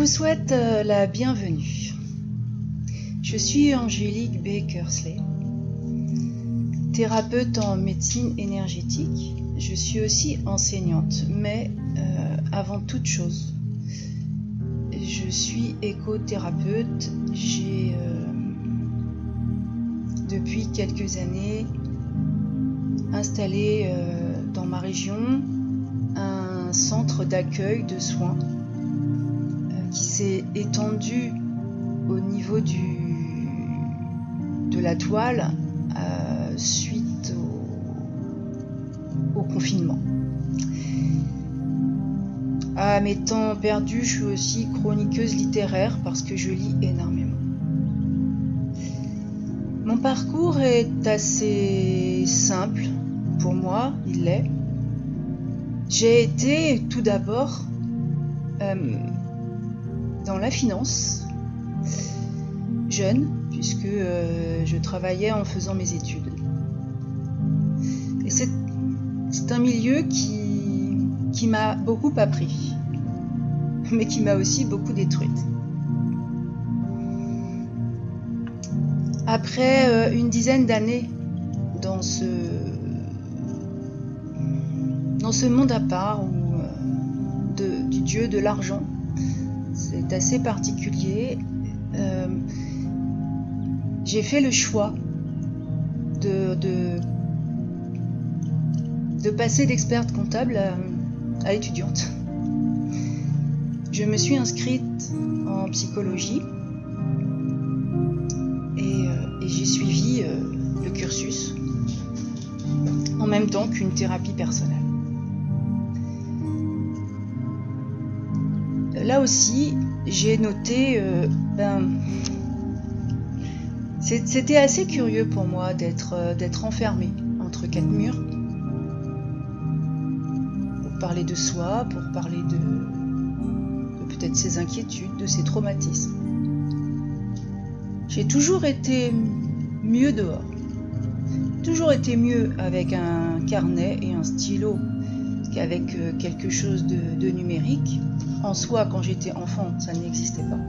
souhaite la bienvenue. Je suis Angélique B. Kersley, thérapeute en médecine énergétique. Je suis aussi enseignante, mais avant toute chose, je suis écothérapeute. J'ai depuis quelques années installé dans ma région un centre d'accueil de soins qui s'est étendu au niveau de la toile suite au confinement. À mes temps perdus, je suis aussi chroniqueuse littéraire parce que je lis énormément. Mon parcours est assez simple pour moi, il l'est. J'ai été tout d'abord dans la finance, jeune, puisque je travaillais en faisant mes études. Et c'est un milieu qui m'a beaucoup appris, mais qui m'a aussi beaucoup détruite. Après une dizaine d'années dans ce monde à part du dieu de l'argent, c'est assez particulier. J'ai fait le choix de passer d'experte comptable à étudiante. Je me suis inscrite en psychologie et j'ai suivi le cursus en même temps qu'une thérapie personnelle. Là aussi, j'ai noté, c'était assez curieux pour moi d'être enfermée entre quatre murs pour parler de soi, pour parler de peut-être ses inquiétudes, de ses traumatismes. J'ai toujours été mieux dehors, toujours été mieux avec un carnet et un stylo qu'avec quelque chose de numérique. En soi, quand j'étais enfant, ça n'existait pas.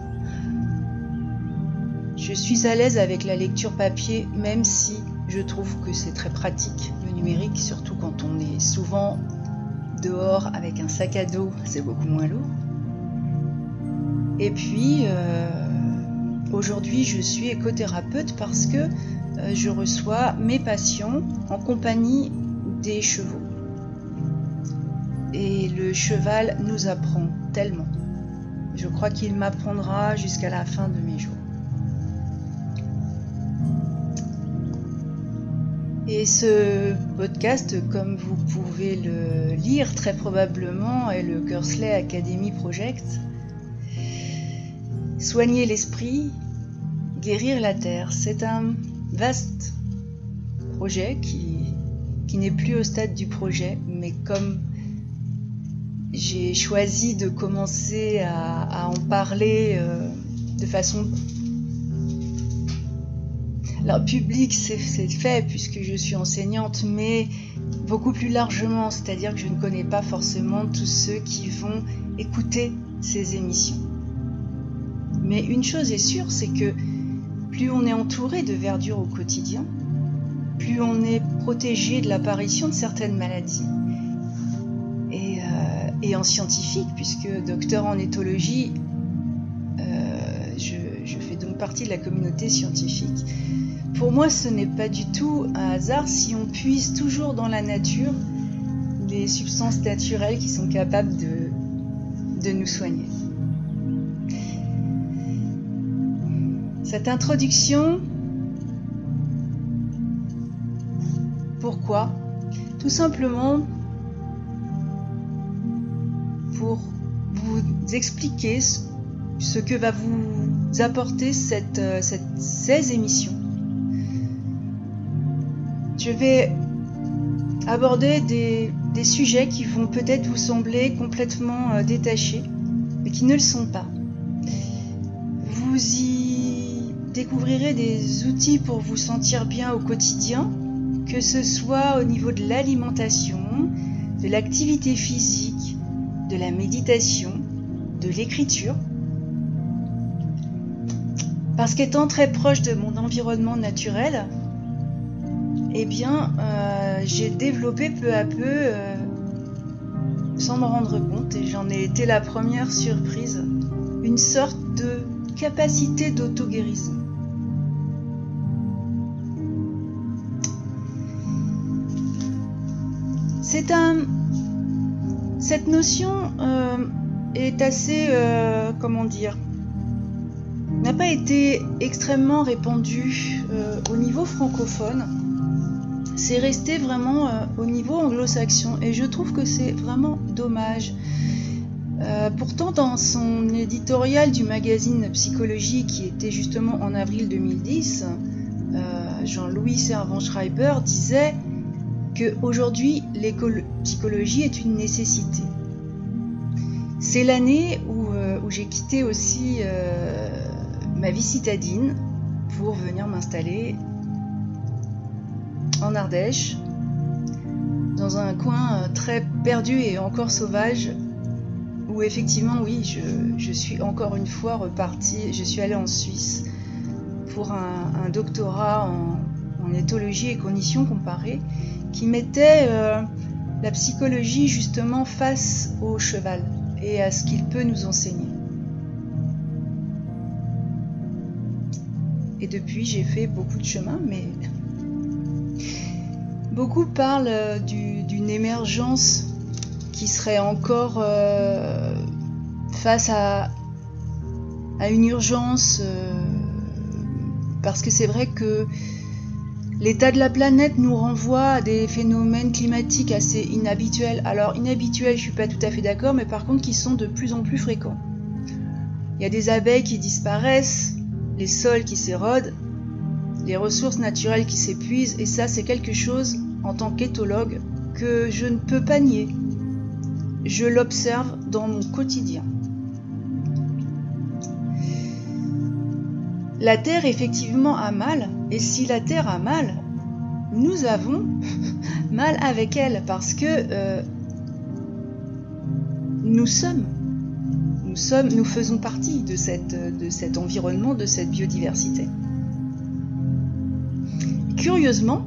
Je suis à l'aise avec la lecture papier, même si je trouve que c'est très pratique, le numérique, surtout quand on est souvent dehors avec un sac à dos, c'est beaucoup moins lourd. Et puis, aujourd'hui, je suis écothérapeute parce que je reçois mes patients en compagnie des chevaux. Et le cheval nous apprend tellement. Je crois qu'il m'apprendra jusqu'à la fin de mes jours. Et ce podcast, comme vous pouvez le lire très probablement, est le Kersley Academy Project. Soigner l'esprit, guérir la terre. C'est un vaste projet qui n'est plus au stade du projet, mais comme j'ai choisi de commencer à en parler de façon publique, c'est fait puisque je suis enseignante, mais beaucoup plus largement, c'est-à-dire que je ne connais pas forcément tous ceux qui vont écouter ces émissions. Mais une chose est sûre, c'est que plus on est entouré de verdure au quotidien, plus on est protégé de l'apparition de certaines maladies. Et en scientifique, puisque docteur en éthologie, je fais donc partie de la communauté scientifique. Pour moi, ce n'est pas du tout un hasard si on puise toujours dans la nature les substances naturelles qui sont capables de nous soigner. Cette introduction, pourquoi ? Tout simplement pour vous expliquer ce que va vous apporter ces émissions. Je vais aborder des sujets qui vont peut-être vous sembler complètement détachés, mais qui ne le sont pas. Vous y découvrirez des outils pour vous sentir bien au quotidien, que ce soit au niveau de l'alimentation, de l'activité physique, de la méditation, de l'écriture, Parce qu'étant très proche de mon environnement naturel, eh bien, j'ai développé peu à peu, sans m'en rendre compte, et j'en ai été la première surprise, une sorte de capacité d'auto-guérison. Cette notion est assez, n'a pas été extrêmement répandue au niveau francophone. C'est resté vraiment au niveau anglo-saxon et je trouve que c'est vraiment dommage. Pourtant, dans son éditorial du magazine Psychologie qui était justement en avril 2010, Jean-Louis Servan-Schreiber disait qu'aujourd'hui, l'écologie est une nécessité. C'est l'année où j'ai quitté aussi ma vie citadine pour venir m'installer en Ardèche, dans un coin très perdu et encore sauvage, où effectivement, oui, je suis encore une fois repartie, je suis allée en Suisse pour un doctorat en éthologie et cognition comparée, qui mettait la psychologie justement face au cheval et à ce qu'il peut nous enseigner. Et depuis, j'ai fait beaucoup de chemin, mais beaucoup parlent d'une émergence qui serait encore face à une urgence, parce que c'est vrai que l'état de la planète nous renvoie à des phénomènes climatiques assez inhabituels. Alors inhabituels, je ne suis pas tout à fait d'accord, mais par contre qui sont de plus en plus fréquents. Il y a des abeilles qui disparaissent, les sols qui s'érodent, les ressources naturelles qui s'épuisent, et ça c'est quelque chose, en tant qu'éthologue, que je ne peux pas nier. Je l'observe dans mon quotidien. La Terre effectivement a mal, et si la Terre a mal, nous avons mal avec elle, parce que nous faisons partie de cet environnement, de cette biodiversité. Curieusement,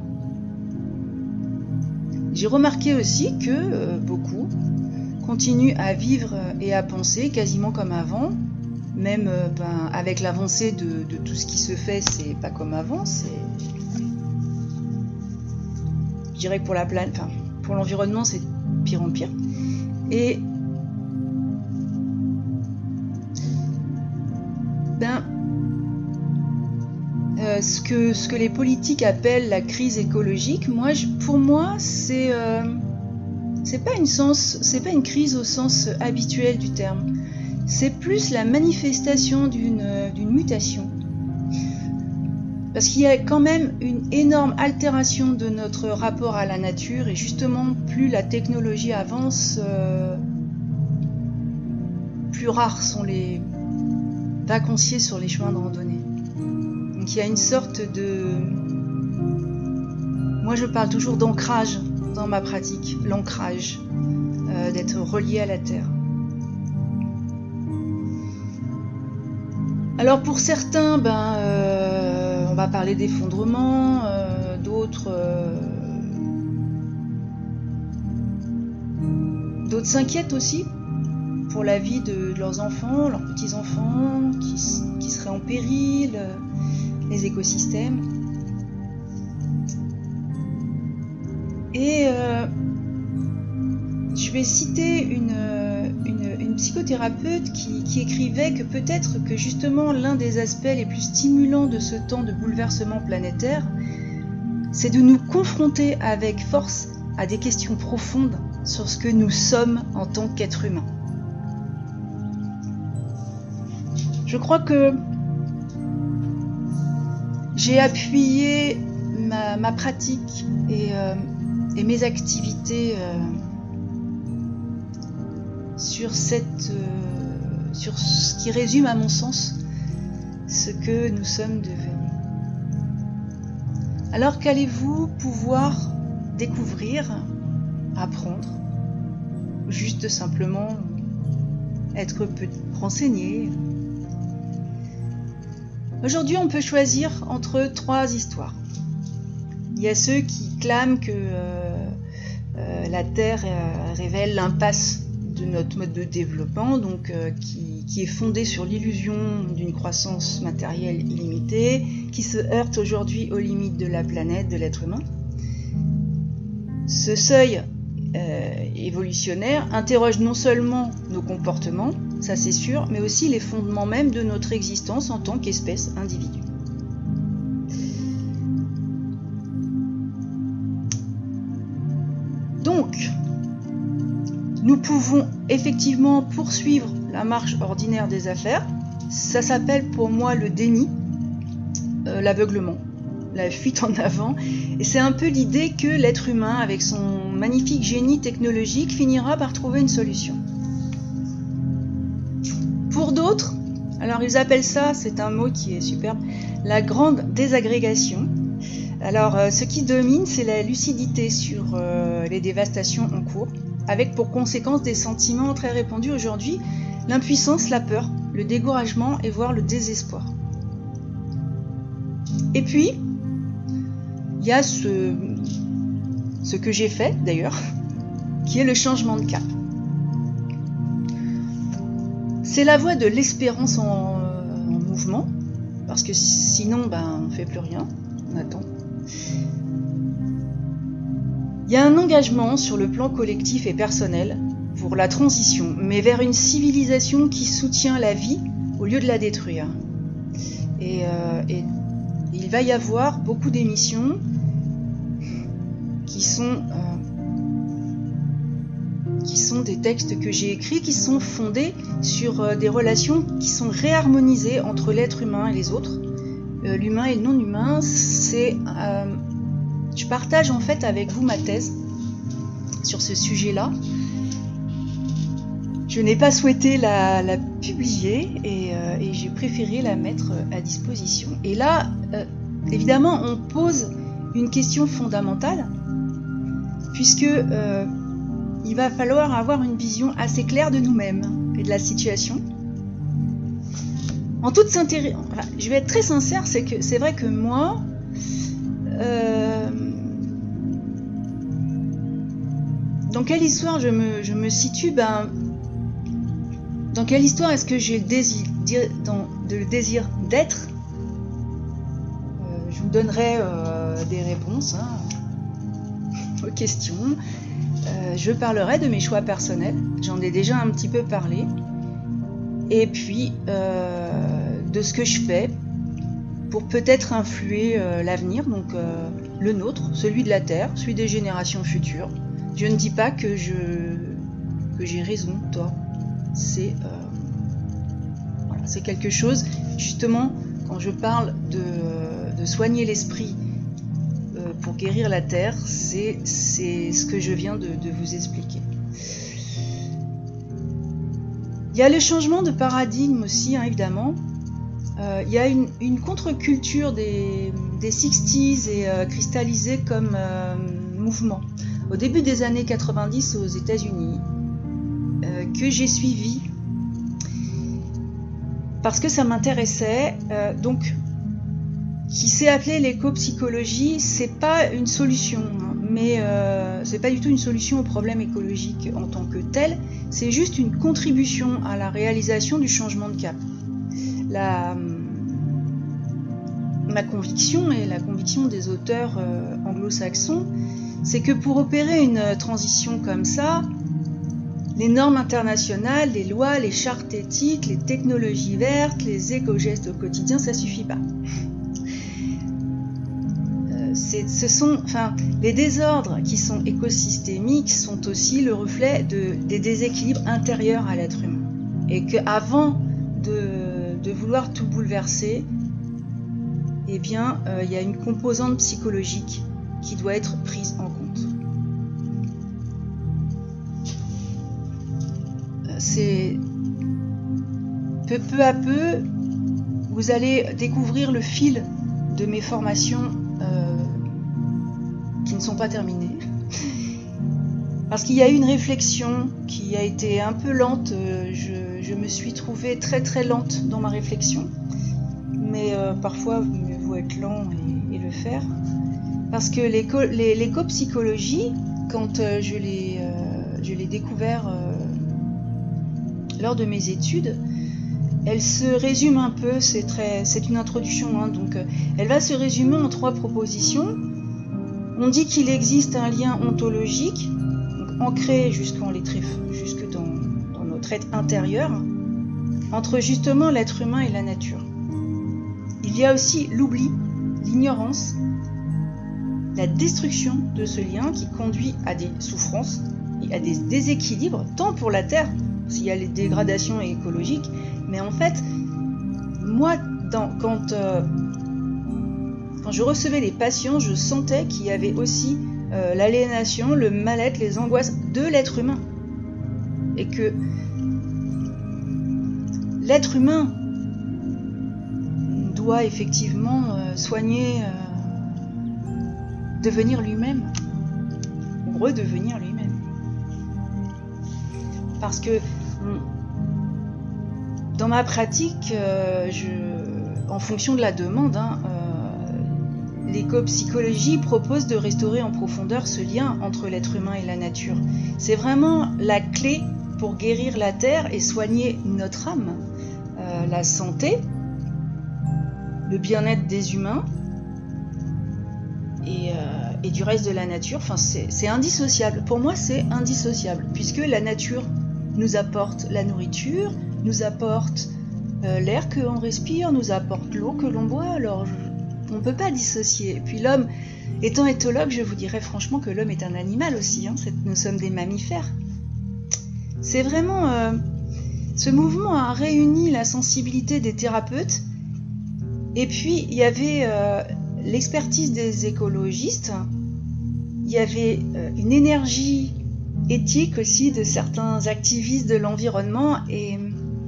j'ai remarqué aussi que beaucoup continuent à vivre et à penser quasiment comme avant. Même avec l'avancée de tout ce qui se fait, c'est pas comme avant. Je dirais que pour l'environnement, c'est de pire en pire. Et ce que les politiques appellent la crise écologique, pour moi, c'est pas une crise au sens habituel du terme. C'est plus la manifestation d'une mutation. Parce qu'il y a quand même une énorme altération de notre rapport à la nature, et justement, plus la technologie avance, plus rares sont les vacanciers sur les chemins de randonnée. Donc il y a une sorte de... Moi je parle toujours d'ancrage dans ma pratique, l'ancrage, d'être relié à la terre. Alors pour certains, on va parler d'effondrement, d'autres s'inquiètent aussi pour la vie de leurs enfants, leurs petits-enfants, qui seraient en péril, les écosystèmes. Et je vais citer une psychothérapeute qui écrivait que peut-être que justement l'un des aspects les plus stimulants de ce temps de bouleversement planétaire, c'est de nous confronter avec force à des questions profondes sur ce que nous sommes en tant qu'êtres humains. Je crois que j'ai appuyé ma pratique et mes activités sur ce qui résume à mon sens ce que nous sommes devenus. Alors qu'allez-vous pouvoir découvrir, apprendre, juste simplement être renseigné, Aujourd'hui, on peut choisir entre 3 histoires. Il y a ceux qui clament que la Terre révèle l'impasse de notre mode de développement, donc qui est fondé sur l'illusion d'une croissance matérielle illimitée, qui se heurte aujourd'hui aux limites de la planète, de l'être humain. Ce seuil évolutionnaire interroge non seulement nos comportements, ça c'est sûr, mais aussi les fondements même de notre existence en tant qu'espèce individu. Donc, nous pouvons effectivement poursuivre la marche ordinaire des affaires. Ça s'appelle pour moi le déni, l'aveuglement, la fuite en avant. Et c'est un peu l'idée que l'être humain, avec son magnifique génie technologique, finira par trouver une solution. Pour d'autres, alors ils appellent ça, c'est un mot qui est superbe, la grande désagrégation. Alors ce qui domine, c'est la lucidité sur les dévastations en cours, avec pour conséquence des sentiments très répandus aujourd'hui, l'impuissance, la peur, le découragement et voire le désespoir. Et puis, il y a ce que j'ai fait d'ailleurs, qui est le changement de cap. C'est la voie de l'espérance en mouvement, parce que sinon on ne fait plus rien, on attend. Il y a un engagement sur le plan collectif et personnel pour la transition, mais vers une civilisation qui soutient la vie au lieu de la détruire. Et il va y avoir beaucoup d'émissions qui sont des textes que j'ai écrits, qui sont fondés sur des relations qui sont réharmonisées entre l'être humain et les autres, l'humain et le non-humain. Je partage en fait avec vous ma thèse sur ce sujet-là. Je n'ai pas souhaité la publier et j'ai préféré la mettre à disposition. Et là, évidemment, on pose une question fondamentale, puisque il va falloir avoir une vision assez claire de nous-mêmes et de la situation. En toute sincérité, je vais être très sincère, c'est vrai que moi, dans quelle histoire je me situe, dans quelle histoire est-ce que j'ai le désir d'être? Je vous donnerai des réponses aux questions. Je parlerai de mes choix personnels, j'en ai déjà un petit peu parlé, et puis de ce que je fais pour peut-être influer l'avenir, donc le nôtre, celui de la Terre, celui des générations futures. Je ne dis pas que j'ai raison, tort. C'est quelque chose, justement, quand je parle de soigner l'esprit pour guérir la Terre, c'est ce que je viens de vous expliquer. Il y a le changement de paradigme aussi, évidemment. Il y a une contre-culture des 60s et cristallisée comme mouvement. Au début des années 90 aux États-Unis, que j'ai suivi parce que ça m'intéressait, donc qui s'est appelé l'éco-psychologie. C'est pas une solution, mais c'est pas du tout une solution au problème écologique en tant que tel, c'est juste une contribution à la réalisation du changement de cap. Ma conviction et la conviction des auteurs anglo-saxons, c'est que pour opérer une transition comme ça, les normes internationales, les lois, les chartes éthiques, les technologies vertes, les éco-gestes au quotidien, ça suffit pas. Les désordres qui sont écosystémiques sont aussi le reflet des déséquilibres intérieurs à l'être humain. Et qu'avant de vouloir tout bouleverser, eh bien, il y a une composante psychologique qui doit être prise en compte. C'est peu à peu, vous allez découvrir le fil de mes formations qui ne sont pas terminées. Parce qu'il y a eu une réflexion qui a été un peu lente. Je me suis trouvée très très lente dans ma réflexion. Mais parfois mieux vaut être lent et le faire. Parce que l'éco-psychologie, quand je l'ai découvert lors de mes études, elle se résume un peu, c'est une introduction, hein, donc elle va se résumer en 3 propositions. On dit qu'il existe un lien ontologique, donc ancré jusque dans notre être intérieur, entre justement l'être humain et la nature. Il y a aussi l'oubli, l'ignorance, la destruction de ce lien qui conduit à des souffrances et à des déséquilibres, tant pour la Terre, s'il y a les dégradations écologiques, mais en fait, moi, quand je recevais les patients, je sentais qu'il y avait aussi l'aliénation, le mal-être, les angoisses de l'être humain. Et que l'être humain doit effectivement soigner, devenir lui-même, ou redevenir lui-même. Parce que dans ma pratique, en fonction de la demande, l'éco-psychologie propose de restaurer en profondeur ce lien entre l'être humain et la nature. C'est vraiment la clé pour guérir la terre et soigner notre âme, la santé, le bien-être des humains et du reste de la nature. Enfin, c'est indissociable. Pour moi, c'est indissociable, puisque la nature nous apporte la nourriture, nous apporte l'air que l'on respire, nous apporte l'eau que l'on boit. Alors, on ne peut pas dissocier. Et puis l'homme, étant éthologue, je vous dirais franchement que l'homme est un animal aussi. Nous sommes des mammifères. C'est vraiment... ce mouvement a réuni la sensibilité des thérapeutes. Et puis, il y avait l'expertise des écologistes. Il y avait une énergie éthique aussi de certains activistes de l'environnement. Et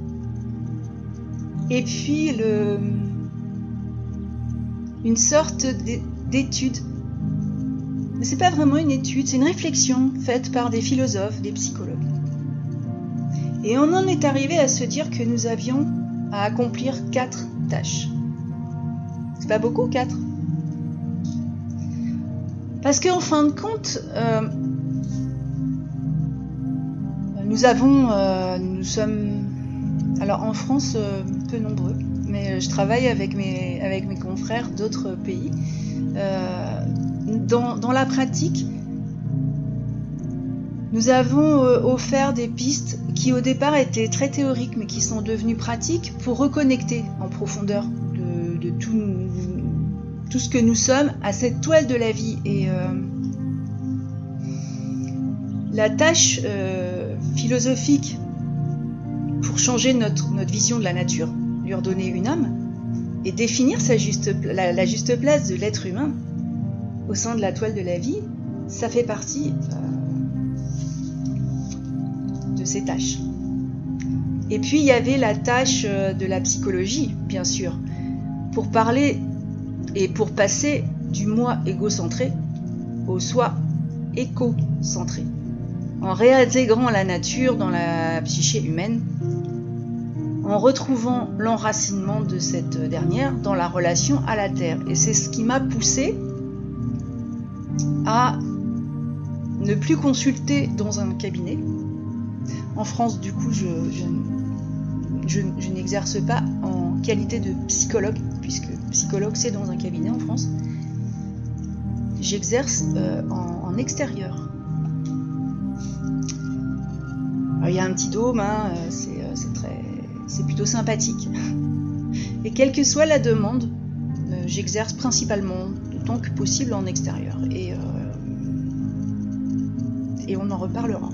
puis, une sorte d'étude. Mais c'est pas vraiment une étude, c'est une réflexion faite par des philosophes, des psychologues. Et on en est arrivé à se dire que nous avions à accomplir 4 tâches. C'est pas beaucoup, 4. Parce qu'en fin de compte, nous sommes, alors en France, peu nombreux, mais je travaille avec mes confrères d'autres pays. Dans la pratique, nous avons offert des pistes qui au départ étaient très théoriques, mais qui sont devenues pratiques pour reconnecter en profondeur de tout ce que nous sommes à cette toile de la vie. Et la tâche philosophique pour changer notre vision de la nature, lui redonner une âme et définir la juste place de l'être humain au sein de la toile de la vie, ça fait partie de ces tâches. Et puis il y avait la tâche de la psychologie, bien sûr, pour parler et pour passer du moi égocentré au soi éco-centré, en réintégrant la nature dans la psyché humaine, en retrouvant l'enracinement de cette dernière dans la relation à la terre. Et c'est ce qui m'a poussée à ne plus consulter dans un cabinet. En France, du coup, je n'exerce pas en qualité de psychologue, puisque psychologue, c'est dans un cabinet en France. J'exerce en extérieur. Alors, il y a un petit dôme, c'est plutôt sympathique. Et quelle que soit la demande, j'exerce principalement, autant que possible, en extérieur. Et on en reparlera.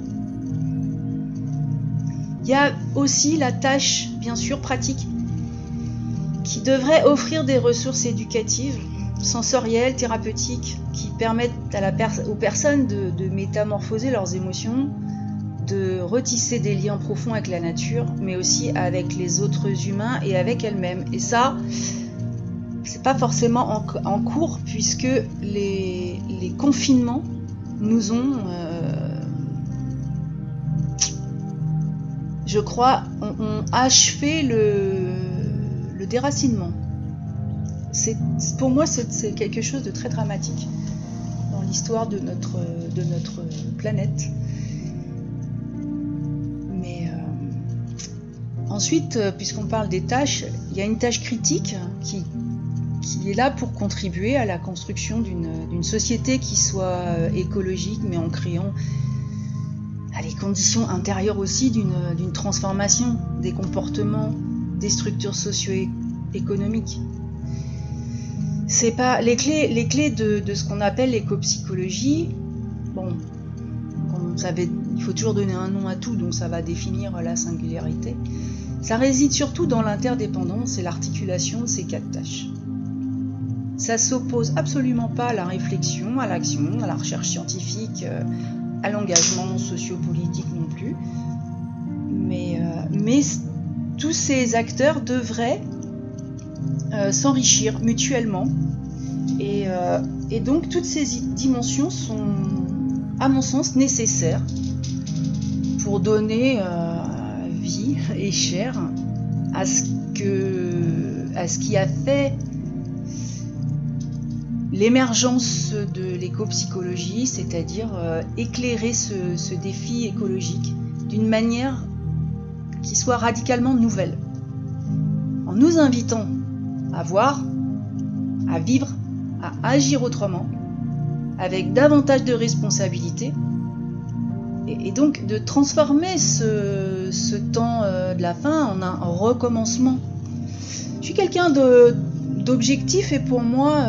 Il y a aussi la tâche, bien sûr, pratique, qui devrait offrir des ressources éducatives, sensorielles, thérapeutiques, qui permettent aux personnes de métamorphoser leurs émotions, de retisser des liens profonds avec la nature, mais aussi avec les autres humains et avec elles-mêmes. Et ça, c'est pas forcément en cours, puisque les confinements nous ont, je crois, ont achevé le déracinement. pour moi, c'est quelque chose de très dramatique dans l'histoire de notre planète. Mais ensuite, puisqu'on parle des tâches, il y a une tâche critique qui est là pour contribuer à la construction d'une société qui soit écologique, mais en créant les conditions intérieures aussi d'une transformation des comportements, des structures socio-économiques. C'est pas les clés de ce qu'on appelle l'éco-psychologie. Bon, il faut toujours donner un nom à tout, donc ça va définir la singularité. Ça réside surtout dans l'interdépendance et l'articulation de ces 4 tâches. Ça s'oppose absolument pas à la réflexion, à l'action, à la recherche scientifique, à l'engagement sociopolitique non plus. Mais tous ces acteurs devraient s'enrichir mutuellement. Et donc toutes ces dimensions sont, à mon sens, nécessaires pour donner vie et chair à ce qui a fait l'émergence de l'éco-psychologie, c'est-à-dire éclairer ce défi écologique d'une manière qui soit radicalement nouvelle, en nous invitant à voir, à vivre, à agir autrement, avec davantage de responsabilité, et donc de transformer ce temps de la fin en un recommencement. Je suis quelqu'un d'objectif et pour moi,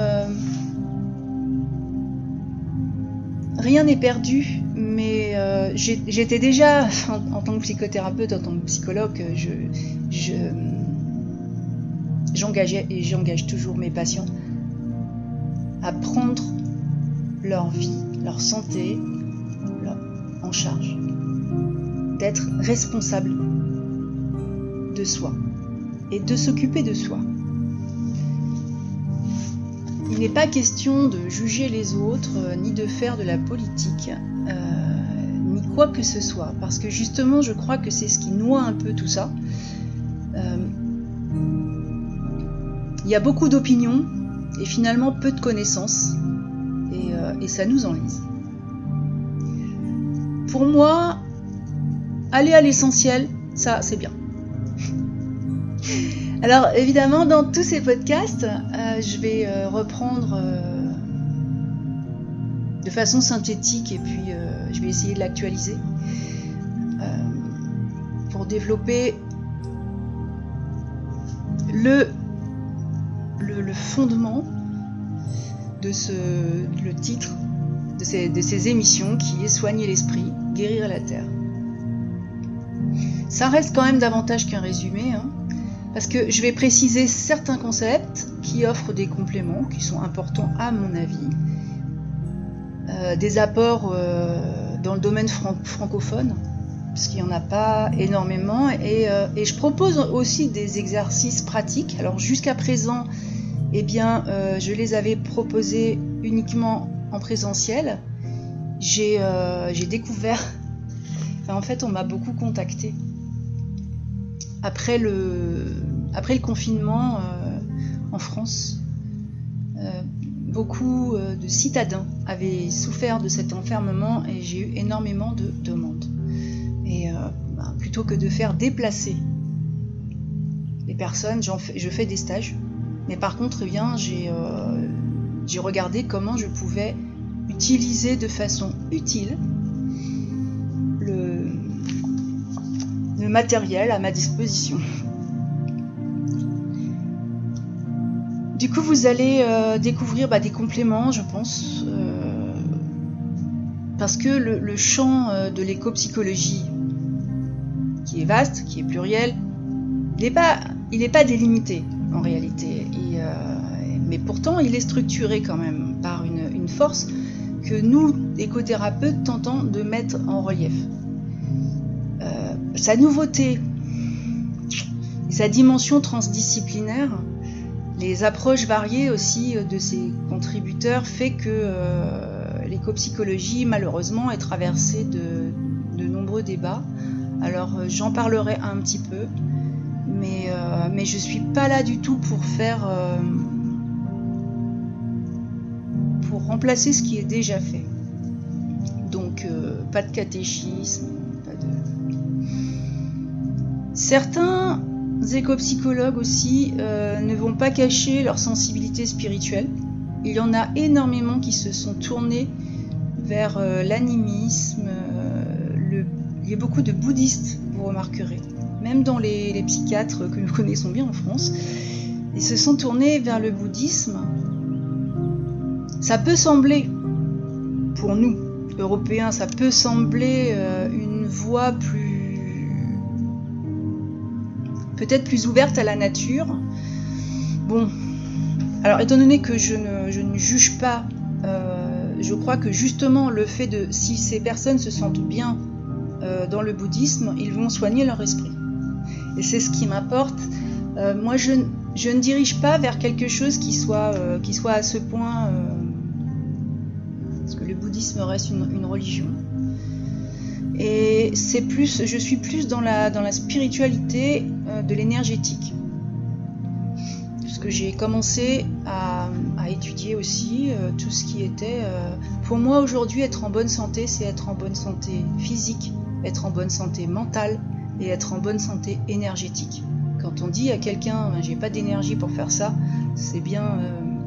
rien n'est perdu, mais j'étais déjà, en tant que psychothérapeute, en tant que psychologue, j'engageais et j'engage toujours mes patients à prendre leur vie, leur santé en charge, d'être responsable de soi et de s'occuper de soi. Il n'est pas question de juger les autres, ni de faire de la politique, ni quoi que ce soit, parce que justement, je crois que c'est ce qui noie un peu tout ça. Il y a beaucoup d'opinions et finalement peu de connaissances, et ça nous enlise. Pour moi, aller à l'essentiel, ça c'est bien. Alors évidemment, dans tous ces podcasts, je vais reprendre de façon synthétique et puis je vais essayer de l'actualiser pour développer le fondement de le titre de ces émissions qui est Soigner l'esprit, guérir la terre. Ça reste quand même davantage qu'un résumé, parce que je vais préciser certains concepts qui offrent des compléments qui sont importants à mon avis, des apports dans le domaine francophone, parce qu'il n'y en a pas énormément, et je propose aussi des exercices pratiques. Alors jusqu'à présent, je les avais proposés uniquement en présentiel. J'ai découvert, en fait on m'a beaucoup contacté après le confinement en France. Beaucoup de citadins avaient souffert de cet enfermement et j'ai eu énormément de demandes. Et plutôt que de faire déplacer les personnes, je fais des stages. Mais par contre, j'ai regardé comment je pouvais utiliser de façon utile le matériel à ma disposition. Du coup, vous allez découvrir des compléments, je pense, parce que le champ de l'éco-psychologie, qui est vaste, qui est pluriel, il n'est pas délimité en réalité, mais pourtant il est structuré quand même par une force que nous, écothérapeutes, tentons de mettre en relief. Sa nouveauté, sa dimension transdisciplinaire, les approches variées aussi de ses contributeurs fait que l'éco-psychologie, malheureusement, est traversée de nombreux débats. Alors j'en parlerai un petit peu, mais je suis pas là du tout pour faire pour remplacer ce qui est déjà fait. Donc pas de catéchisme, pas de... Certains éco-psychologues aussi ne vont pas cacher leur sensibilité spirituelle. Il y en a énormément qui se sont tournés vers l'animisme. Il y a beaucoup de bouddhistes, vous remarquerez, même dans les psychiatres que nous connaissons bien en France. Ils se sont tournés vers le bouddhisme. Ça peut sembler, pour nous, Européens, ça peut sembler une voie peut-être plus ouverte à la nature. Bon, alors étant donné que je ne juge pas, je crois que justement le fait de, si ces personnes se sentent bien dans le bouddhisme, ils vont soigner leur esprit. Et c'est ce qui m'importe. Moi, je ne dirige pas vers quelque chose qui soit à ce point... parce que le bouddhisme reste une religion. Et je suis plus dans la spiritualité de l'énergétique. Parce que j'ai commencé à étudier aussi tout ce qui était... pour moi, aujourd'hui, être en bonne santé, c'est être en bonne santé physique, être en bonne santé mentale et être en bonne santé énergétique. Quand on dit à quelqu'un « j'ai pas d'énergie pour faire ça », c'est bien...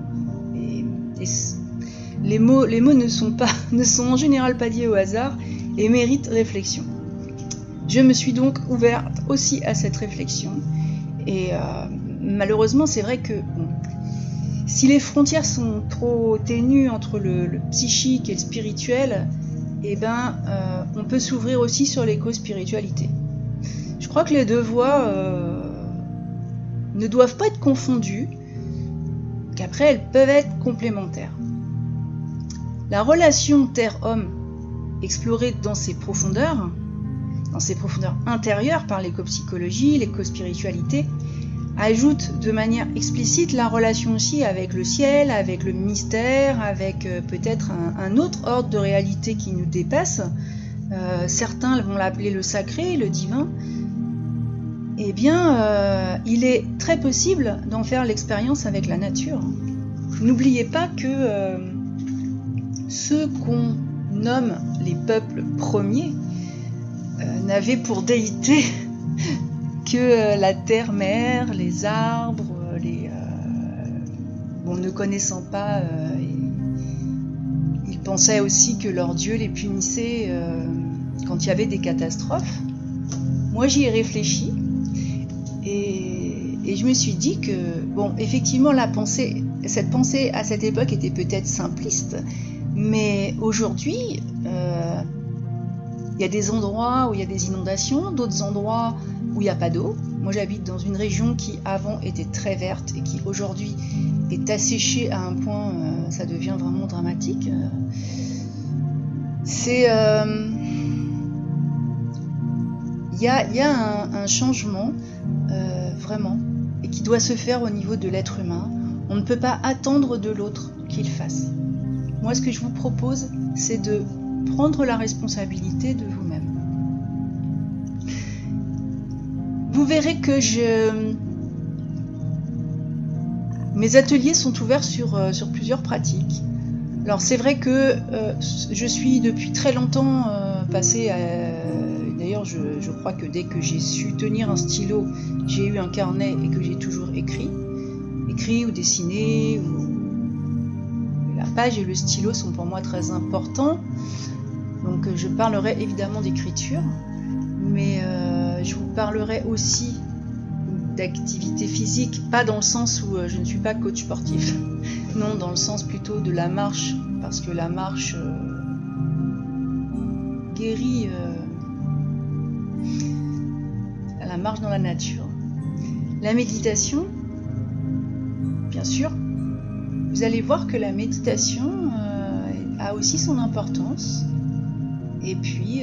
Les mots ne sont en général pas liés au hasard et méritent réflexion. Je me suis donc ouverte aussi à cette réflexion et malheureusement c'est vrai que si les frontières sont trop ténues entre le psychique et le spirituel, on peut s'ouvrir aussi sur l'éco-spiritualité. Je crois que les deux voies ne doivent pas être confondues, qu'après elles peuvent être complémentaires. La relation terre-homme explorée dans ses profondeurs intérieures par l'éco-psychologie, l'éco-spiritualité, ajoute de manière explicite la relation aussi avec le ciel, avec le mystère, avec peut-être un autre ordre de réalité qui nous dépasse. Certains vont l'appeler le sacré, le divin. Eh bien, il est très possible d'en faire l'expérience avec la nature. N'oubliez pas que ceux qu'on nomme les peuples premiers n'avaient pour déité que la terre-mère, les arbres, ne connaissant pas, ils pensaient aussi que leur Dieu les punissait quand il y avait des catastrophes. Moi, j'y ai réfléchi et je me suis dit que, effectivement, cette pensée à cette époque était peut-être simpliste, mais aujourd'hui, il y a des endroits où il y a des inondations, d'autres endroits où il n'y a pas d'eau. Moi, j'habite dans une région qui avant était très verte et qui aujourd'hui est asséchée à un point, ça devient vraiment dramatique. Il y a un changement, vraiment, et qui doit se faire au niveau de l'être humain. On ne peut pas attendre de l'autre qu'il fasse. Moi, ce que je vous propose, c'est de prendre la responsabilité de vous-même. Vous verrez que mes ateliers sont ouverts sur plusieurs pratiques. Alors c'est vrai que je suis depuis très longtemps passée à... D'ailleurs, je crois que dès que j'ai su tenir un stylo, j'ai eu un carnet et que j'ai toujours écrit ou dessiné. La page et le stylo sont pour moi très importants. Donc je parlerai évidemment d'écriture, mais je vous parlerai aussi d'activité physique, pas dans le sens où je ne suis pas coach sportif, non, dans le sens plutôt de la marche, parce que la marche guérit, la marche dans la nature. La méditation, bien sûr, vous allez voir que la méditation a aussi son importance. Et puis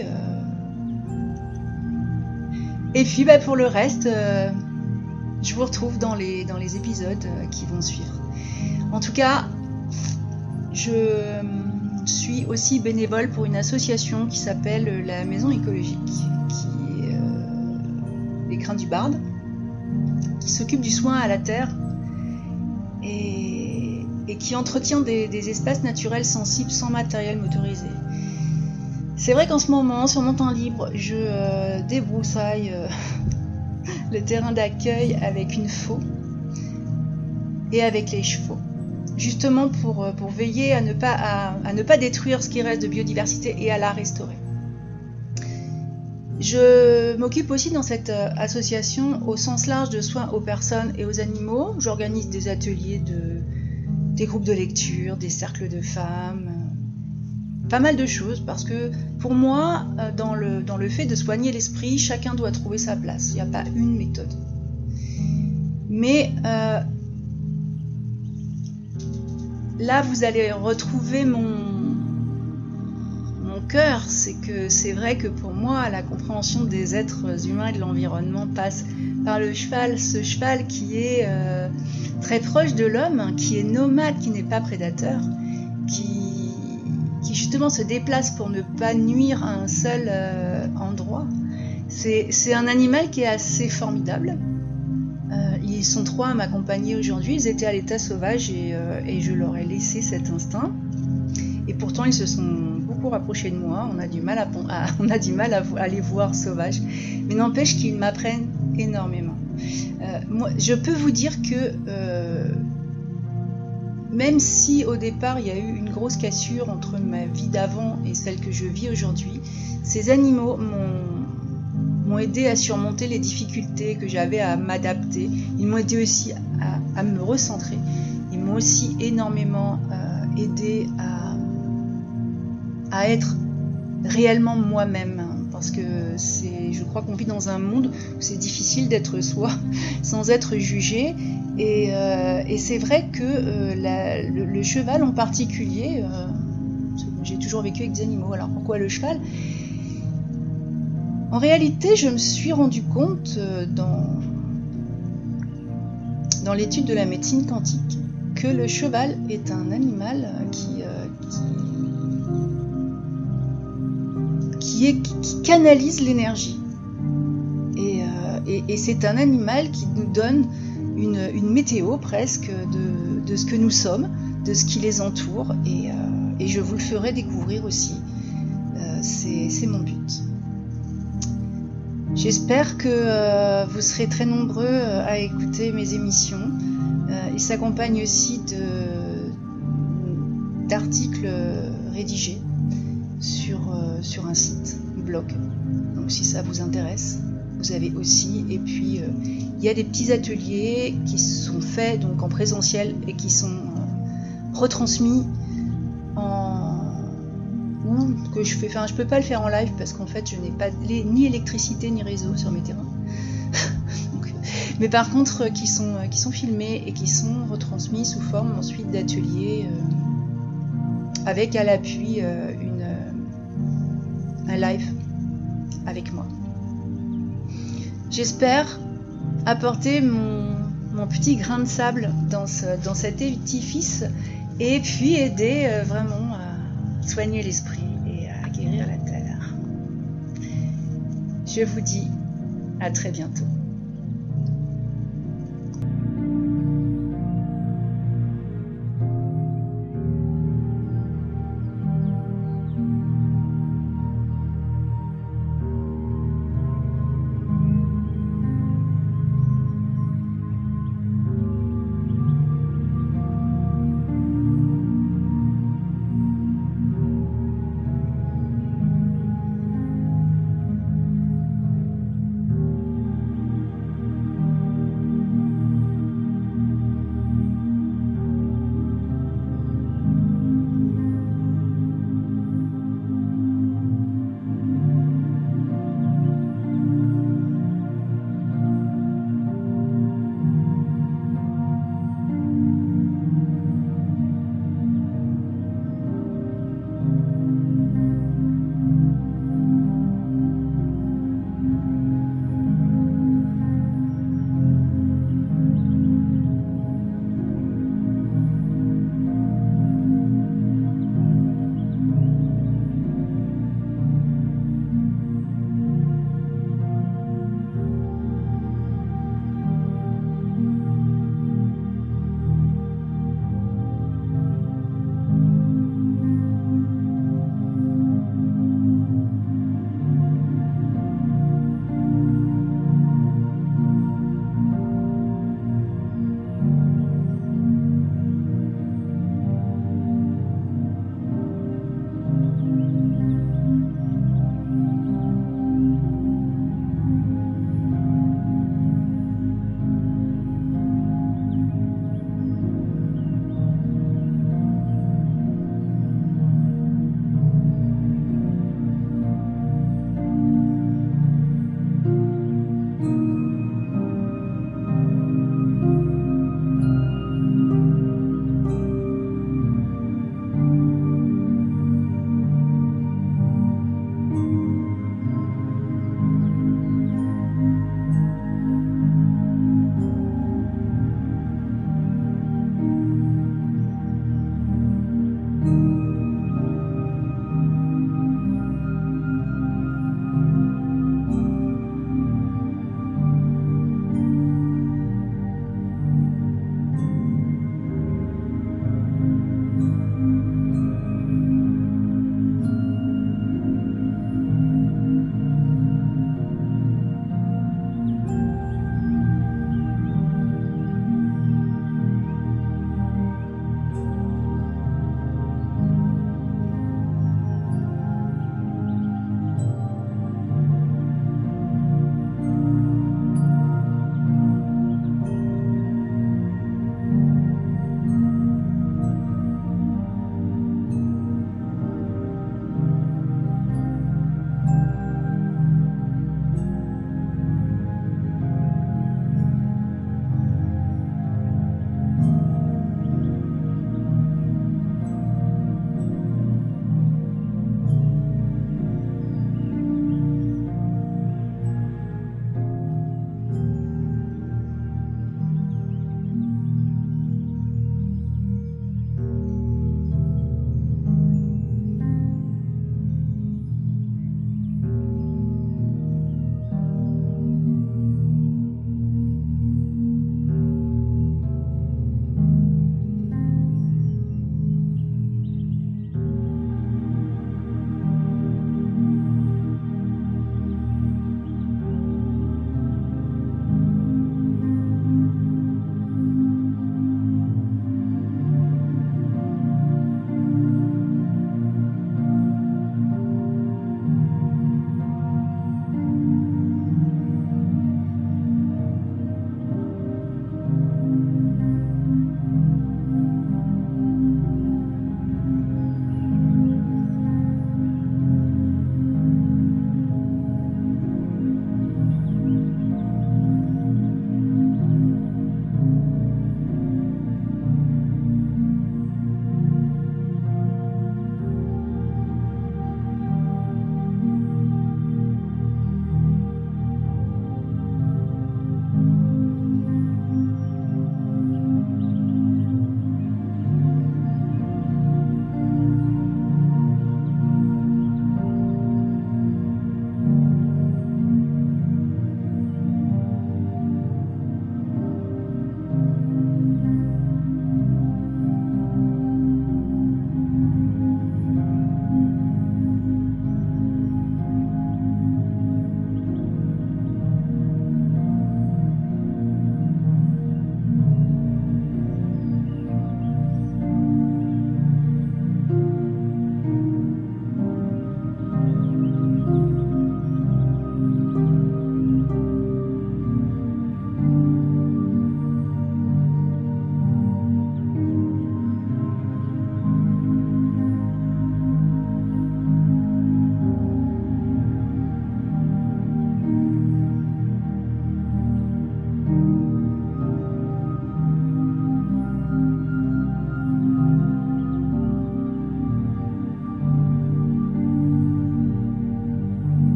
pour le reste, je vous retrouve dans les épisodes qui vont suivre. En tout cas, je suis aussi bénévole pour une association qui s'appelle la Maison Écologique, qui est les Crins du Barde, qui s'occupe du soin à la terre et et qui entretient des espaces naturels sensibles sans matériel motorisé. C'est vrai qu'en ce moment, sur mon temps libre, je débroussaille le terrain d'accueil avec une faux et avec les chevaux, justement pour veiller à ne pas détruire ce qui reste de biodiversité et à la restaurer. Je m'occupe aussi dans cette association au sens large de soins aux personnes et aux animaux. J'organise des ateliers, des groupes de lecture, des cercles de femmes, pas mal de choses, parce que pour moi, dans le fait de soigner l'esprit, chacun doit trouver sa place. Il n'y a pas une méthode. Mais là, vous allez retrouver mon cœur. C'est vrai que pour moi, la compréhension des êtres humains et de l'environnement passe par le cheval. Ce cheval qui est très proche de l'homme, qui est nomade, qui n'est pas prédateur, qui justement se déplace pour ne pas nuire à un seul endroit. C'est un animal qui est assez formidable. Ils sont 3 à m'accompagner aujourd'hui. Ils étaient à l'état sauvage et je leur ai laissé cet instinct. Et pourtant, ils se sont beaucoup rapprochés de moi. On a du mal à les voir sauvages. Mais n'empêche qu'ils m'apprennent énormément. Moi, je peux vous dire que même si au départ il y a eu une grosse cassure entre ma vie d'avant et celle que je vis aujourd'hui, ces animaux m'ont aidé à surmonter les difficultés que j'avais à m'adapter. Ils m'ont aidé aussi à me recentrer. Ils m'ont aussi énormément aidé à être réellement moi-même. Parce que je crois qu'on vit dans un monde où c'est difficile d'être soi sans être jugé. Et c'est vrai que le cheval en particulier, j'ai toujours vécu avec des animaux, alors pourquoi le cheval ? En réalité, je me suis rendu compte dans l'étude de la médecine quantique que le cheval est un animal qui canalise l'énergie. Et c'est un animal qui nous donne une météo presque de ce que nous sommes, de ce qui les entoure, et je vous le ferai découvrir aussi. C'est mon but. J'espère que vous serez très nombreux à écouter mes émissions. Il s'accompagne aussi d'articles rédigés sur un site, blog. Donc si ça vous intéresse, vous avez aussi. Et puis il y a des petits ateliers qui sont faits donc en présentiel et qui sont retransmis je peux pas le faire en live parce qu'en fait je n'ai pas ni électricité ni réseau sur mes terrains. Donc, mais par contre qui sont filmés et qui sont retransmis sous forme ensuite d'ateliers avec à l'appui un live avec moi. J'espère apporter mon petit grain de sable dans cet édifice et puis aider vraiment à soigner l'esprit et à guérir la terre. Je vous dis à très bientôt.